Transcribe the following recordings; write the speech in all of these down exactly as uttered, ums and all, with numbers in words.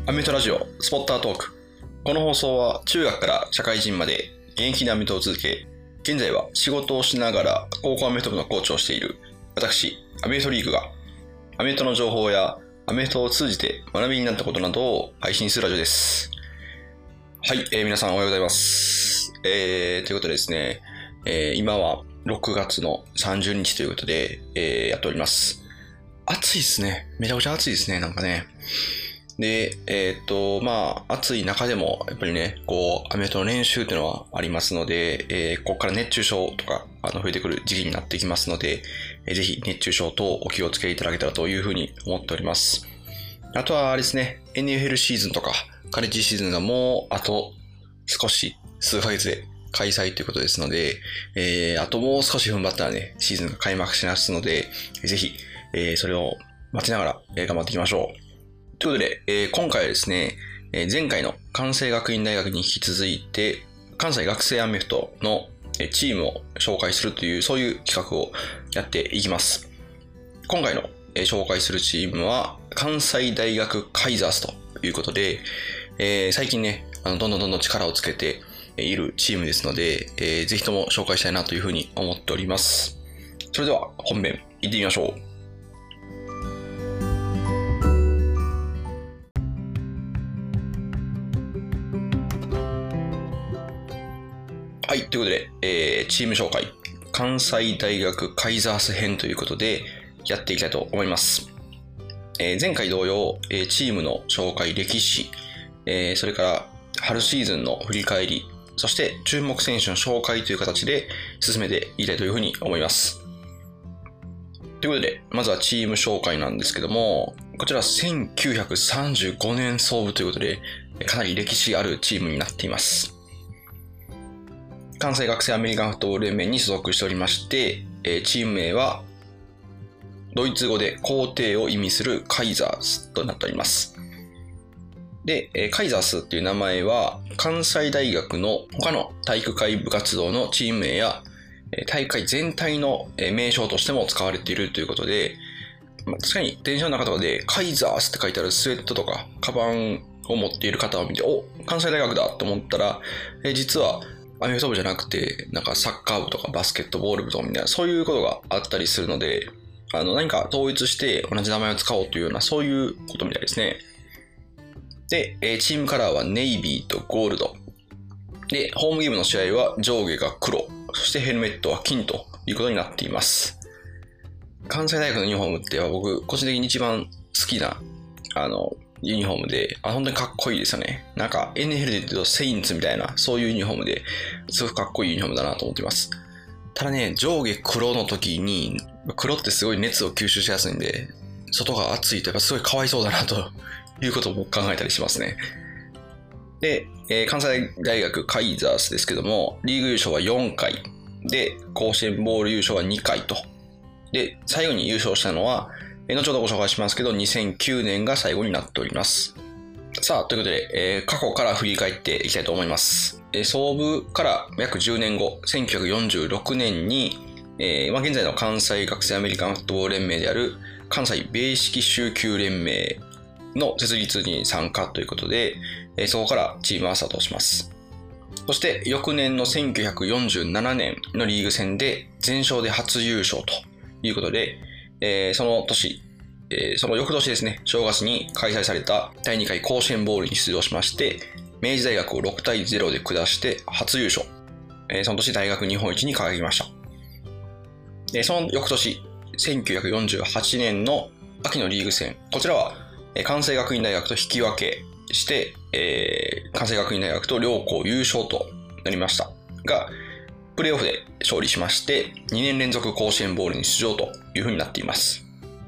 アメフトラジオスポッタートーク。この放送は中学から社会人まで現役でアメフトを続け、現在は仕事をしながら高校アメフト部のコーチをしている私、アメフトリーグがアメフトの情報やアメフトを通じて学びになったことなどを配信するラジオです。はい、えー、皆さんおはようございます。えー、ということでですね、えー、今はろくがつのさんじゅうにちということで、えー、やっております。暑いですね。めちゃくちゃ暑いですね、なんかね。で、えーっと、まあ、暑い中でも、やっぱりね、こう、アメフトの練習っていうのはありますので、えー、ここから熱中症とか、あの、増えてくる時期になってきますので、えー、ぜひ熱中症等お気をつけいただけたらというふうに思っております。あとは、あれですね、エヌエフエル シーズンとか、カレッジシーズンがもう、あと少し、数ヶ月で開催ということですので、えー、あともう少し踏ん張ったらね、シーズンが開幕しますので、ぜひ、えー、それを待ちながら、えー、頑張っていきましょう。ということで、えー、今回はですね、えー、前回の関西学院大学に引き続いて、関西学生アメフトのチームを紹介するという、そういう企画をやっていきます。今回の紹介するチームは、関西大学カイザースということで、えー、最近ね、あのどんどんどんどん力をつけているチームですので、えー、ぜひとも紹介したいなというふうに思っております。それでは本編行ってみましょう。はい、ということで、えー、チーム紹介、関西大学カイザース編ということでやっていきたいと思います。えー、前回同様、えー、チームの紹介、歴史、えー、それから春シーズンの振り返り、そして注目選手の紹介という形で進めていきたいというふうに思います。ということで、まずはチーム紹介なんですけども、こちらせんきゅうひゃくさんじゅうごねん創部ということで、かなり歴史あるチームになっています。関西学生アメリカンフットボール連盟に所属しておりまして、チーム名はドイツ語で皇帝を意味するカイザースとなっております。で、カイザースっていう名前は関西大学の他の体育会部活動のチーム名や大会全体の名称としても使われているということで、確かに電車の中とかでカイザースって書いてあるスウェットとかカバンを持っている方を見て、お、関西大学だと思ったら、実はアメフト部じゃなくて、なんかサッカー部とかバスケットボール部とかみたいな、そういうことがあったりするので、あの、何か統一して同じ名前を使おうというような、そういうことみたいですね。で、チームカラーはネイビーとゴールド。で、ホームゲームの試合は上下が黒。そしてヘルメットは金ということになっています。関西大学のユニフォームっては僕、個人的に一番好きな、あの、ユニフォームで、あ、本当にかっこいいですよね。なんか エヌエフエル で言うとセインツみたいな、そういうユニフォームで、すごくかっこいいユニフォームだなと思っています。ただね、上下黒の時に、黒ってすごい熱を吸収しやすいんで、外が暑いとやっぱすごいかわいそうだなということも考えたりしますね。で、えー、関西大学カイザースですけども、リーグ優勝はよんかい。で、甲子園ボール優勝はにかいと。で、最後に優勝したのは、後ほどご紹介しますけど、にせんきゅうねんが最後になっております。さあ、ということで、えー、過去から振り返っていきたいと思います。えー、創部から約じゅうねんご、せんきゅうひゃくよんじゅうろくねんに、えーまあ、現在の関西学生アメリカンフットボール連盟である関西米式蹴球連盟の設立に参加ということで、えー、そこからチームはスタートします。そして翌年のせんきゅうひゃくよんじゅうななねんのリーグ戦で全勝で初優勝ということで、えー、その年、えー、その翌年ですね、正月に開催されただいにかい甲子園ボールに出場しまして、明治大学をろくたいゼロで下して初優勝。えー、その年大学日本一に輝きました。で、その翌年、せんきゅうひゃくよんじゅうはちねんの秋のリーグ戦、こちらは関西学院大学と引き分けして、えー、関西学院大学と両校優勝となりましたが、プレーオフで勝利しまして、にねん連続甲子園ボールに出場という風になっています。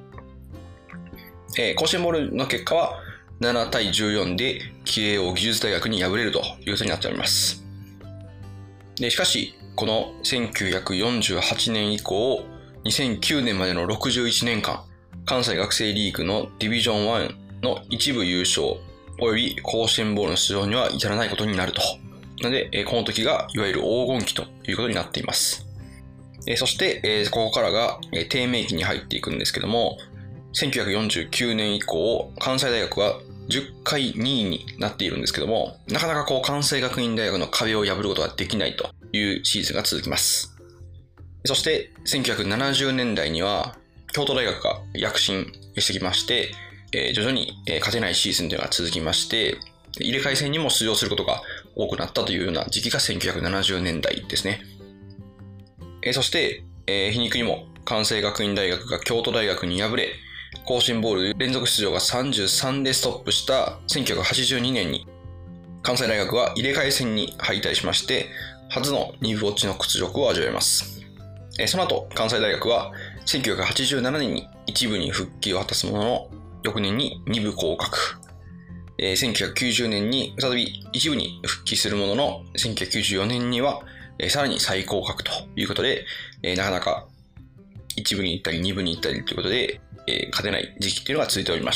えー、甲子園ボールの結果はななたいじゅうよんで慶応義塾大学に敗れるということになっております。で、しかし、このせんきゅうひゃくよんじゅうはちねん以降、にせんきゅうねんまでのろくじゅういちねんかん、関西学生リーグのディビジョンワンの一部優勝および甲子園ボールの出場には至らないことになると。なので、この時がいわゆる黄金期ということになっています。そして、ここからが低迷期に入っていくんですけども、せんきゅうひゃくよんじゅうきゅうねん以降、関西大学はじゅっかいにいになっているんですけども、なかなかこう関西学院大学の壁を破ることができないというシーズンが続きます。そしてせんきゅうひゃくななじゅうねんだいには京都大学が躍進してきまして、えー、徐々に勝てないシーズンというのが続きまして、入れ替え戦にも出場することが多くなったというような時期がせんきゅうひゃくななじゅうねんだいですね。えー、そして、えー、皮肉にも関西学院大学が京都大学に敗れ、甲子園ボール連続出場がさんじゅうさんでストップしたせんきゅうひゃくはちじゅうにねんに関西大学は入れ替え戦に敗退しまして、初のに部落ちの屈辱を味わいます。その後、関西大学はせんきゅうひゃくはちじゅうななねんにいち部に復帰を果たすものの、翌年にに部降格。せんきゅうひゃくきゅうじゅうねんに再びいち部に復帰するものの、せんきゅうひゃくきゅうじゅうよねんにはさらに再降格ということで、なかなかいち部に行ったりに部に行ったりということで、勝てない時期っていうのが続いておりました。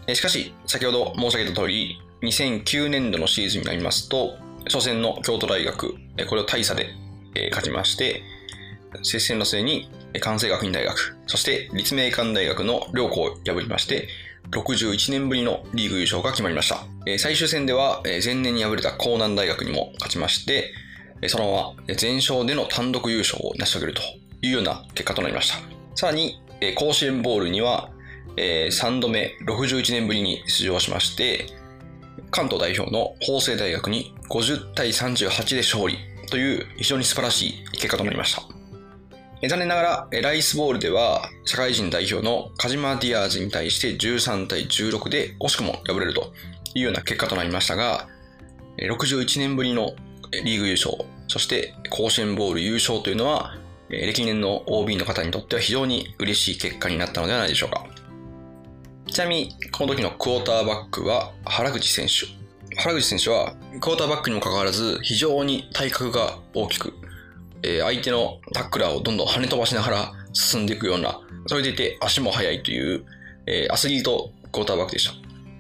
しかし、先ほど申し上げた通り、にせんきゅうねんどのシーズンになりますと、初戦の京都大学、これを大差で勝ちまして、接戦の末に関西学院大学、そして立命館大学の両校を破りまして、ろくじゅういちねんぶりのリーグ優勝が決まりました。最終戦では前年に敗れた江南大学にも勝ちまして、そのまま全勝での単独優勝を成し遂げるというような結果となりました。さらに、甲子園ボールにはさんどめろくじゅういちねんぶりに出場しまして、関東代表の法政大学にごじゅうたいさんじゅうはちで勝利という非常に素晴らしい結果となりました。残念ながらライスボールでは社会人代表の鹿島ディアーズに対してじゅうさんたいじゅうろくで惜しくも敗れるというような結果となりましたが、ろくじゅういちねんぶりのリーグ優勝、そして甲子園ボール優勝というのは歴年の オービー の方にとっては非常に嬉しい結果になったのではないでしょうか。ちなみにこの時のクォーターバックは原口選手。原口選手はクォーターバックにもかかわらず非常に体格が大きく、相手のタックラーをどんどん跳ね飛ばしながら進んでいくような、それでいて足も速いというアスリートクォーターバックでした。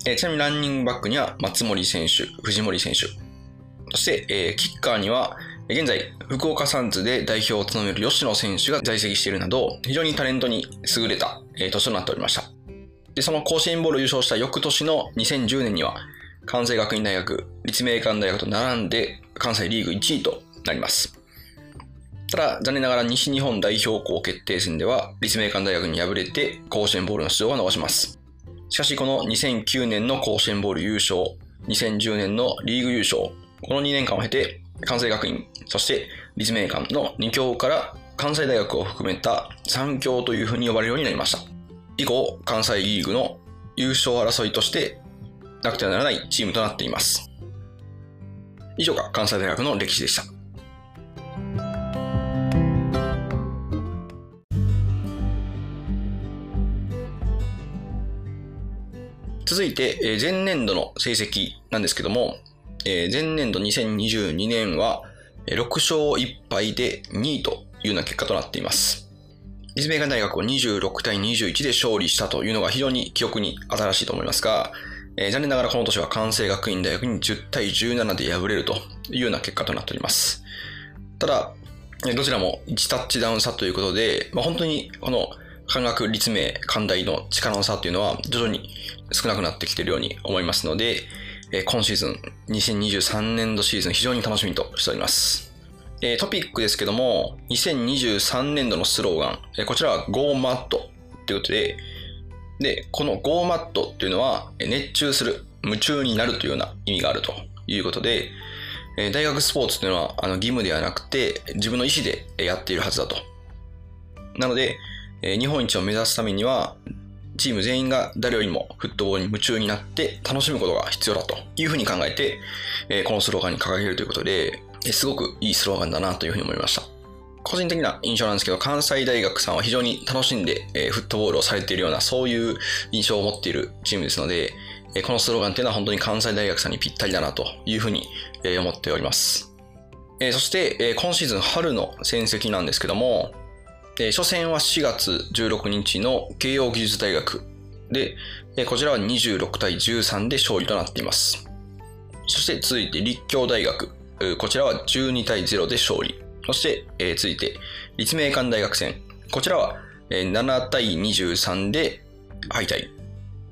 ちなみにランニングバックには松森選手、藤森選手、そしてキッカーには現在福岡サンズで代表を務める吉野選手が在籍しているなど、非常にタレントに優れた年となっておりました。で、その甲子園ボールを優勝した翌年のにせんじゅうねんには関西学院大学、立命館大学と並んで関西リーグいちいとなります。ただ残念ながら西日本代表校決定戦では立命館大学に敗れて甲子園ボールの出場を逃します。しかしこのにせんきゅうねんの甲子園ボール優勝、にせんじゅうねんのリーグ優勝、このにねんかんを経て関西学院、そして立命館のに強から関西大学を含めたさん強というふうに呼ばれるようになりました。以降、関西リーグの優勝争いとしてなくてはならないチームとなっています。以上が関西大学の歴史でした。続いて前年度の成績なんですけども、前年度にせんにじゅうにねんはろくしょういっぱいでにいというような結果となっています。立命館大学をにじゅうろくたいにじゅういちで勝利したというのが非常に記憶に新しいと思いますが、えー、残念ながらこの年は関西学院大学にじゅうたいじゅうななで敗れるというような結果となっております。ただ、どちらもいちタッチダウン差ということで、まあ、本当にこの関学立命関大の力の差というのは徐々に少なくなってきているように思いますので、今シーズンにせんにじゅうさんねんどシーズン非常に楽しみとしております。トピックですけども、にせんにじゅうさんねんどのスローガン、こちらは Go Mad ということで、で、この Go Mad というのは熱中する、夢中になるというような意味があるということで、大学スポーツというのはあの義務ではなくて自分の意思でやっているはずだと。なので、日本一を目指すためにはチーム全員が誰よりもフットボールに夢中になって楽しむことが必要だというふうに考えて、このスローガンに掲げるということで、すごくいいスローガンだなというふうに思いました。個人的な印象なんですけど、関西大学さんは非常に楽しんでフットボールをされているような、そういう印象を持っているチームですので、このスローガンというのは本当に関西大学さんにぴったりだなというふうに思っております。そして今シーズン春の戦績なんですけども、初戦はしがつじゅうろくにちの慶応義塾大学で、こちらはにじゅうろくたいじゅうさんで勝利となっています。そして続いて立教大学、こちらはじゅうにたいゼロで勝利。そして続いて立命館大学戦、こちらはななたいにじゅうさんで敗退。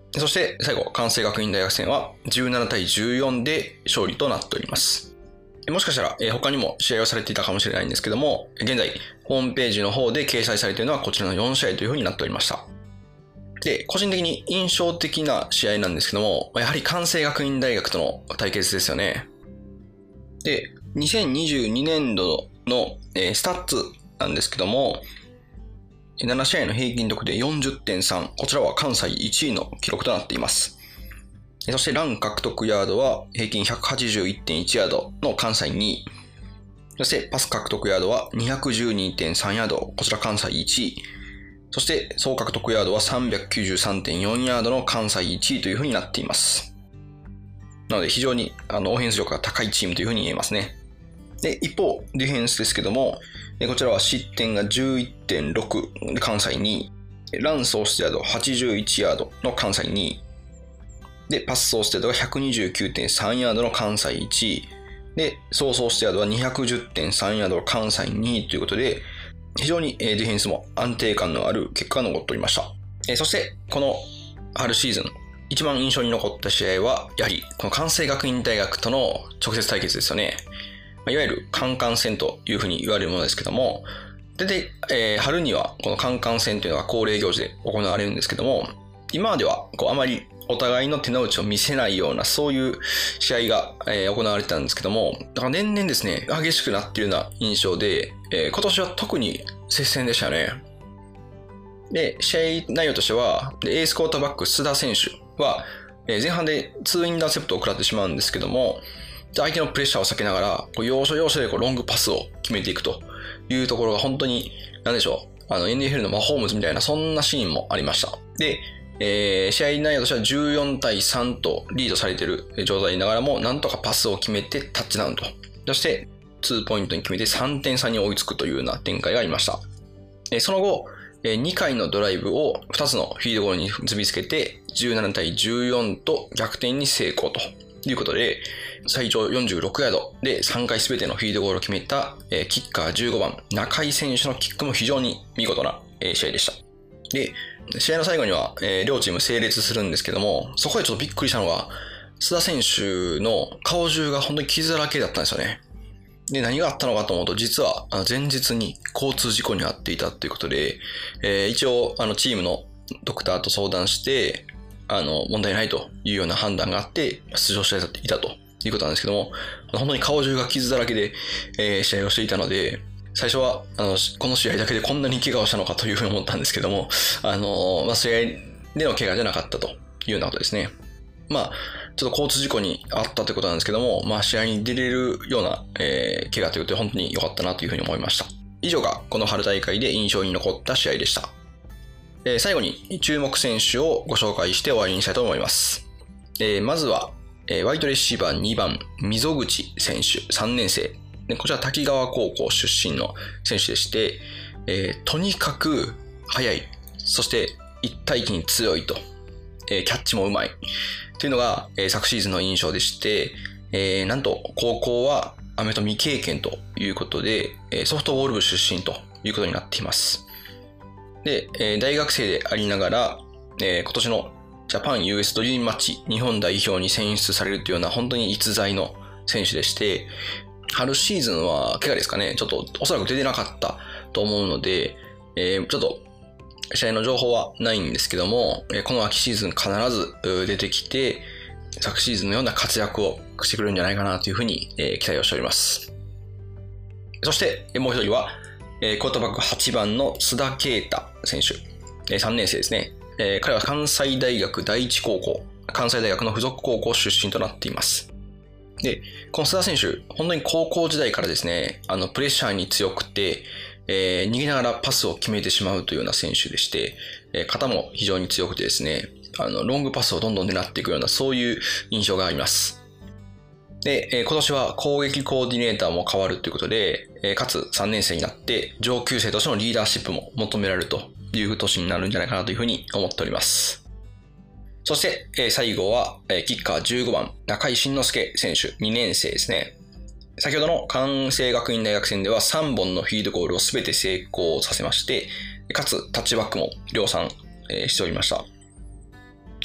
そして最後、関西学院大学戦はじゅうななたいじゅうよんで勝利となっております。もしかしたら他にも試合をされていたかもしれないんですけども、現在ホームページの方で掲載されているのはこちらのよんしあいというふうになっておりました。で、個人的に印象的な試合なんですけども、やはり関西学院大学との対決ですよね。で、にせんにじゅうにねんどのスタッツなんですけども、ななしあいの平均得点 よんじゅってんさん、こちらは関西いちいの記録となっています。そしてラン獲得ヤードは平均 ひゃくはちじゅういってんいち ヤードの関西にい。そしてパス獲得ヤードは にひゃくじゅうにてんさん ヤード、こちら関西いちい。そして総獲得ヤードは さんびゃくきゅうじゅうさんてんよん ヤードの関西いちいというふうになっています。なので非常にあのオフェンス力が高いチームというふうに言えますね。で、一方、ディフェンスですけども、こちらは失点が じゅういってんろく で関西にい。ラン総出ヤードはちじゅういちヤードの関西にい。で、パス総出ヤードが ひゃくにじゅうきゅうてんさん ヤードの関西いちい。で、総総出ヤードは にひゃくじゅってんさん ヤードの関西にいということで、非常にディフェンスも安定感のある結果が残っておりました。そして、この春シーズン、一番印象に残った試合は、やはりこの関西学院大学との直接対決ですよね。いわゆるカンカン戦というふうに言われるものですけども、でで、えー、春にはこのカンカン戦というのが恒例行事で行われるんですけども、今まではこうあまりお互いの手の内を見せないようなそういう試合が、えー、行われてたんですけども、だから年々ですね、激しくなっているような印象で、えー、今年は特に接戦でしたね。で、試合内容としては、エースクォーターバック須田選手は、えー、前半でツーインターセプトを食らってしまうんですけども、相手のプレッシャーを避けながら、こう要所要所でこうロングパスを決めていくというところが本当に、なんでしょう、あの エヌエフエル のマホームズみたいなそんなシーンもありました。で、えー、試合内容としてはじゅうよんたいさんとリードされている状態ながらも、なんとかパスを決めてタッチダウンと。そして、にポイントに決めてさんてん差に追いつくというような展開がありました。その後、にかいのドライブをふたつのフィードゴールに結びつけて、じゅうななたいじゅうよんと逆転に成功ということで、最長よんじゅうろくヤードでさんかいすべてのフィードゴールを決めたキッカーじゅうごばん、中井選手のキックも非常に見事な試合でした。で、試合の最後には両チーム整列するんですけども、そこでちょっとびっくりしたのが、須田選手の顔中が本当に傷だらけだったんですよね。で、何があったのかと思うと、実は前日に交通事故に遭っていたということで、えー、一応あのチームのドクターと相談して、あの問題ないというような判断があって出場していたということなんですけども、本当に顔中が傷だらけで、えー、試合をしていたので、最初はあのこの試合だけでこんなに怪我をしたのかというふうに思ったんですけども、あのまあ、試合での怪我じゃなかったというようなことですね。まあ、ちょっと交通事故にあったということなんですけども、まあ、試合に出れるような、えー、怪我ということで本当に良かったなというふうに思いました。以上がこの春大会で印象に残った試合でした。えー、最後に注目選手をご紹介して終わりにしたいと思います。えー、まずは、えー、ワイドレシーバーにばん、溝口選手、さんねんせい。でこちら滝川高校出身の選手でして、えー、とにかく速い、そして一対一に強いと、えー、キャッチもうまいというのが、えー、昨シーズンの印象でして、えー、なんと高校はアメフト未経験ということで、えー、ソフトボール部出身ということになっています。で、えー、大学生でありながら、えー、今年のジャパン ユーエス ドリームマッチ日本代表に選出されるというような本当に逸材の選手でして、春シーズンは怪我ですかね、ちょっとおそらく出てなかったと思うので、えー、ちょっと試合の情報はないんですけども、この秋シーズン必ず出てきて、昨シーズンのような活躍をしてくれるんじゃないかなというふうに期待をしております。そしてもう一人は、クォーターバックはちばんの須田啓太選手、さんねんせいですね。彼は関西大学第一高校、関西大学の附属高校出身となっています。で、この須田選手、本当に高校時代からですね、あのプレッシャーに強くて、えー、逃げながらパスを決めてしまうというような選手でして、えー、肩も非常に強くてですね、あのロングパスをどんどん狙っていくようなそういう印象があります。で、えー、今年は攻撃コーディネーターも変わるということで、えー、かつさんねんせいになって上級生としてのリーダーシップも求められるという年になるんじゃないかなというふうに思っております。そして、えー、最後は、えー、キッカーじゅうごばん、中井慎之介選手、にねんせいですね。先ほどの関西学院大学戦ではさんぼんのフィードゴールを全て成功させまして、かつタッチバックも量産、えー、しておりました。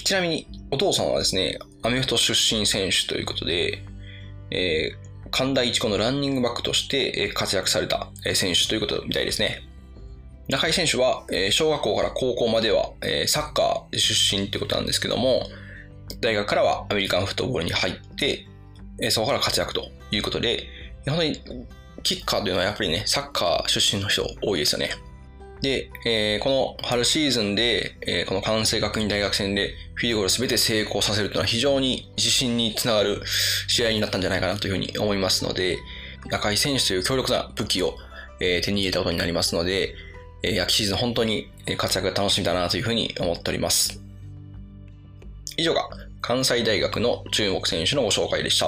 ちなみに、お父さんはですね、アメフト出身選手ということで、えー、関大一高のランニングバックとして活躍された選手ということみたいですね。中井選手は、小学校から高校まではサッカー出身ということなんですけども、大学からはアメリカンフットボールに入って、そこから活躍ということで、本当にキッカーというのはやっぱりね、サッカー出身の人多いですよね。で、えー、この春シーズンで、えー、この関西学院大学戦でフィールドゴール全て成功させるというのは非常に自信につながる試合になったんじゃないかなというふうに思いますので、中井選手という強力な武器を、えー、手に入れたことになりますので、えー、秋シーズン本当に活躍が楽しみだなというふうに思っております。以上が関西大学の注目選手のご紹介でした。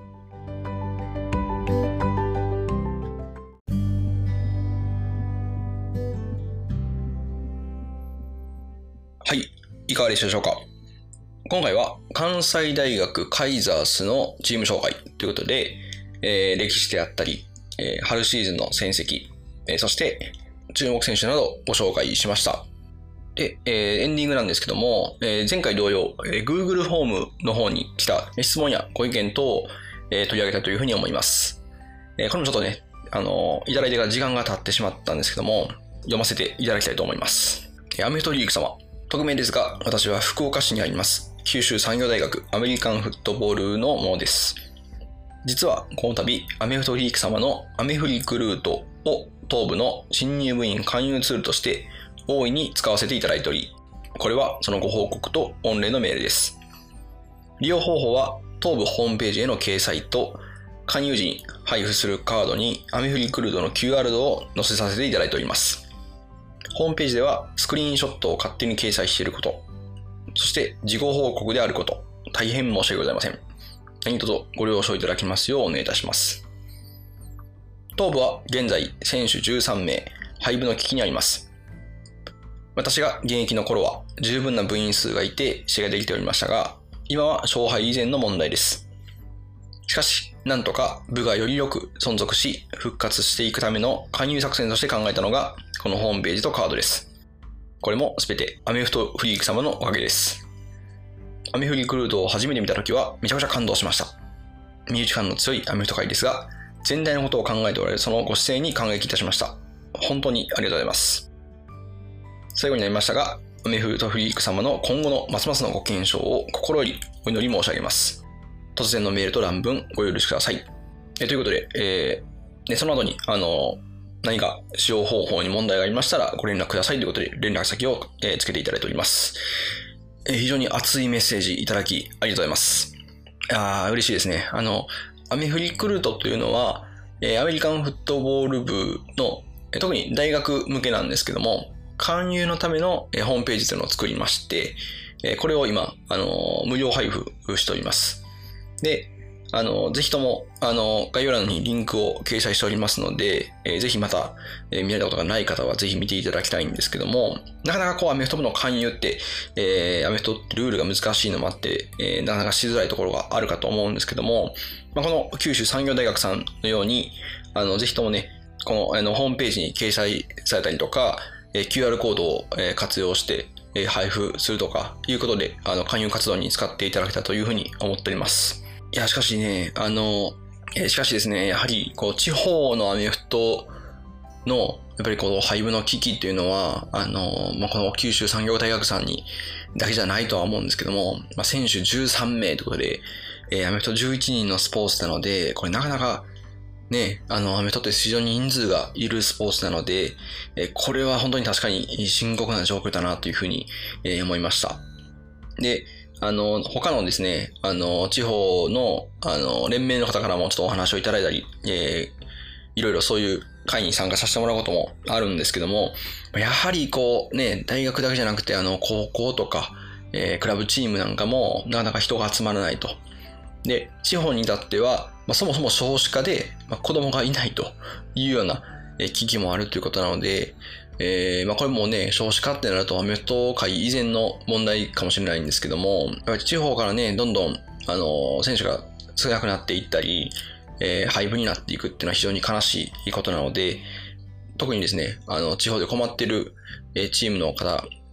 はい、いかがでしたでしょうか。今回は関西大学カイザースのチーム紹介ということで、えー、歴史であったり、えー、春シーズンの戦績、えー、そして注目選手などをご紹介しました。で、えー、エンディングなんですけども、えー、前回同様、えー、Google フォームの方に来た質問やご意見等を、えー、取り上げたというふうに思います。えー、これもちょっとね、あのー、いただいてから時間が経ってしまったんですけども、読ませていただきたいと思います。アメフトリーグ様。匿名ですが、私は福岡市にあります九州産業大学アメリカンフットボールのものです。実はこの度アメフトリーク様のアメフリクルートを当部の新入部員勧誘ツールとして大いに使わせていただいており、これはそのご報告と御礼のメールです。利用方法は当部ホームページへの掲載と勧誘時に配布するカードにアメフリクルートの キューアール コードを載せさせていただいております。ホームページではスクリーンショットを勝手に掲載していること、そして事後報告であること、大変申し訳ございません。何卒ご了承いただきますようお願いいたします。当部は現在選手じゅうさんめい、廃部の危機にあります。私が現役の頃は十分な部員数がいて試合ができておりましたが、今は勝敗以前の問題です。しかし、なんとか部がよりよく存続し、復活していくための勧誘作戦として考えたのが、このホームページとカードです。これもすべてアメフトフリーク様のおかげです。アメフリクルートを初めて見たときはめちゃくちゃ感動しました。身内感の強いアメフト界ですが、全体のことを考えておられるそのご姿勢に感激いたしました。本当にありがとうございます。最後になりましたが、アメフトフリーク様の今後のますますのご健勝を心よりお祈り申し上げます。突然のメールと乱文ご許しください。えということで、えーね、その後に、あの、何か使用方法に問題がありましたらご連絡くださいということで連絡先を、えー、つけていただいております。えー、非常に熱いメッセージいただきありがとうございます。あー、嬉しいですね。あの、アメフリクルートというのは、えー、アメリカンフットボール部の、えー、特に大学向けなんですけども、勧誘のための、えー、ホームページというのを作りまして、えー、これを今、あのー、無料配布しております。で、あの、ぜひとも、あの、概要欄にリンクを掲載しておりますので、えー、ぜひまた、えー、見られたことがない方はぜひ見ていただきたいんですけども、なかなかこう、アメフト部の勧誘って、えー、アメフトってルールが難しいのもあって、えー、なかなかしづらいところがあるかと思うんですけども、まあ、この九州産業大学さんのように、あの、ぜひともね、この、あの、ホームページに掲載されたりとか、えー、キューアール コードを、えー、活用して、えー、配布するとか、いうことで、あの、勧誘活動に使っていただけたというふうに思っております。いや、しかしね、あの、えー、しかしですね、やはり、こう、地方のアメフトの、やっぱりこう、廃部の危機っていうのは、あの、まあ、この九州産業大学さんにだけじゃないとは思うんですけども、まあ、選手じゅうさんめいということで、えー、アメフトじゅういちにんのスポーツなので、これなかなか、ね、あの、アメフトって非常に人数がいるスポーツなので、えー、これは本当に確かに深刻な状況だなというふうに、えー、思いました。で、あの、他のですね、あの、地方の、あの、連盟の方からもちょっとお話をいただいたり、えー、いろいろそういう会に参加させてもらうこともあるんですけども、やはりこう、ね、大学だけじゃなくて、あの、高校とか、えー、クラブチームなんかも、なかなか人が集まらないと。で、地方に至っては、まあ、そもそも少子化で、まあ、子供がいないというような、えー、危機もあるということなので、えー、まあこれもね、少子化ってなるとアメフト界以前の問題かもしれないんですけども、やっぱり地方からね、どんどん、あの、選手が少なくなっていったり、えー、廃部になっていくっていうのは非常に悲しいことなので、特にですね、あの、地方で困っているチームの方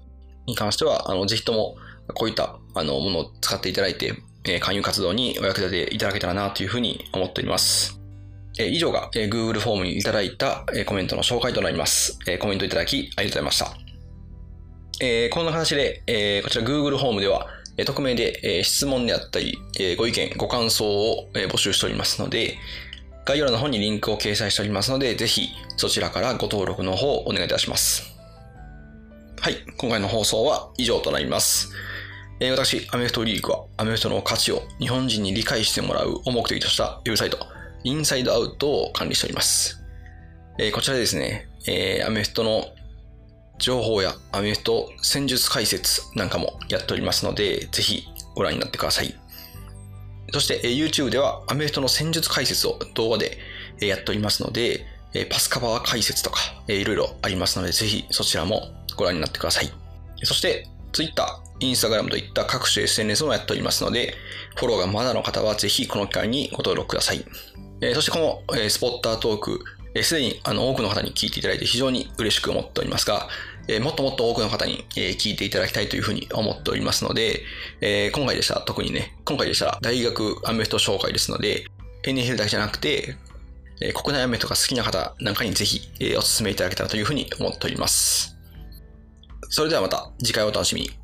に関しては、あの、ぜひともこういったあのものを使っていただいて、えー、勧誘活動にお役立ていただけたらなというふうに思っております。えー、以上が、えー、Google フォームにいただいた、えー、コメントの紹介となります。えー、コメントいただきありがとうございました。えー、こんな話で、えー、こちら Google フォームでは、えー、匿名で、えー、質問であったり、えー、ご意見、ご感想を、えー、募集しておりますので、概要欄の方にリンクを掲載しておりますので、ぜひそちらからご登録の方をお願いいたします。はい、今回の放送は以上となります。えー、私、アメフトリーグはアメフトの価値を日本人に理解してもらうを目的としたウェブサイト、インサイドアウトを管理しております。えー、こちらですね、えー、アメフトの情報やアメフト戦術解説なんかもやっておりますので、ぜひご覧になってください。そして、えー、YouTube ではアメフトの戦術解説を動画でやっておりますので、えー、パスカバー解説とか、えー、いろいろありますので、ぜひそちらもご覧になってください。そして、Twitter、Instagram といった各種 エスエヌエス もやっておりますので、フォローがまだの方はぜひこの機会にご登録ください。えー、そしてこの、えー、スポッタートーク、すでにあの多くの方に聞いていただいて非常に嬉しく思っておりますが、えー、もっともっと多くの方に、えー、聞いていただきたいというふうに思っておりますので、えー、今回でしたら特にね、今回でしたら大学アメフト紹介ですので、エヌエフエル だけじゃなくて、えー、国内アメフトが好きな方なんかにぜひ、えー、お勧めいただけたらというふうに思っております。それではまた次回お楽しみに。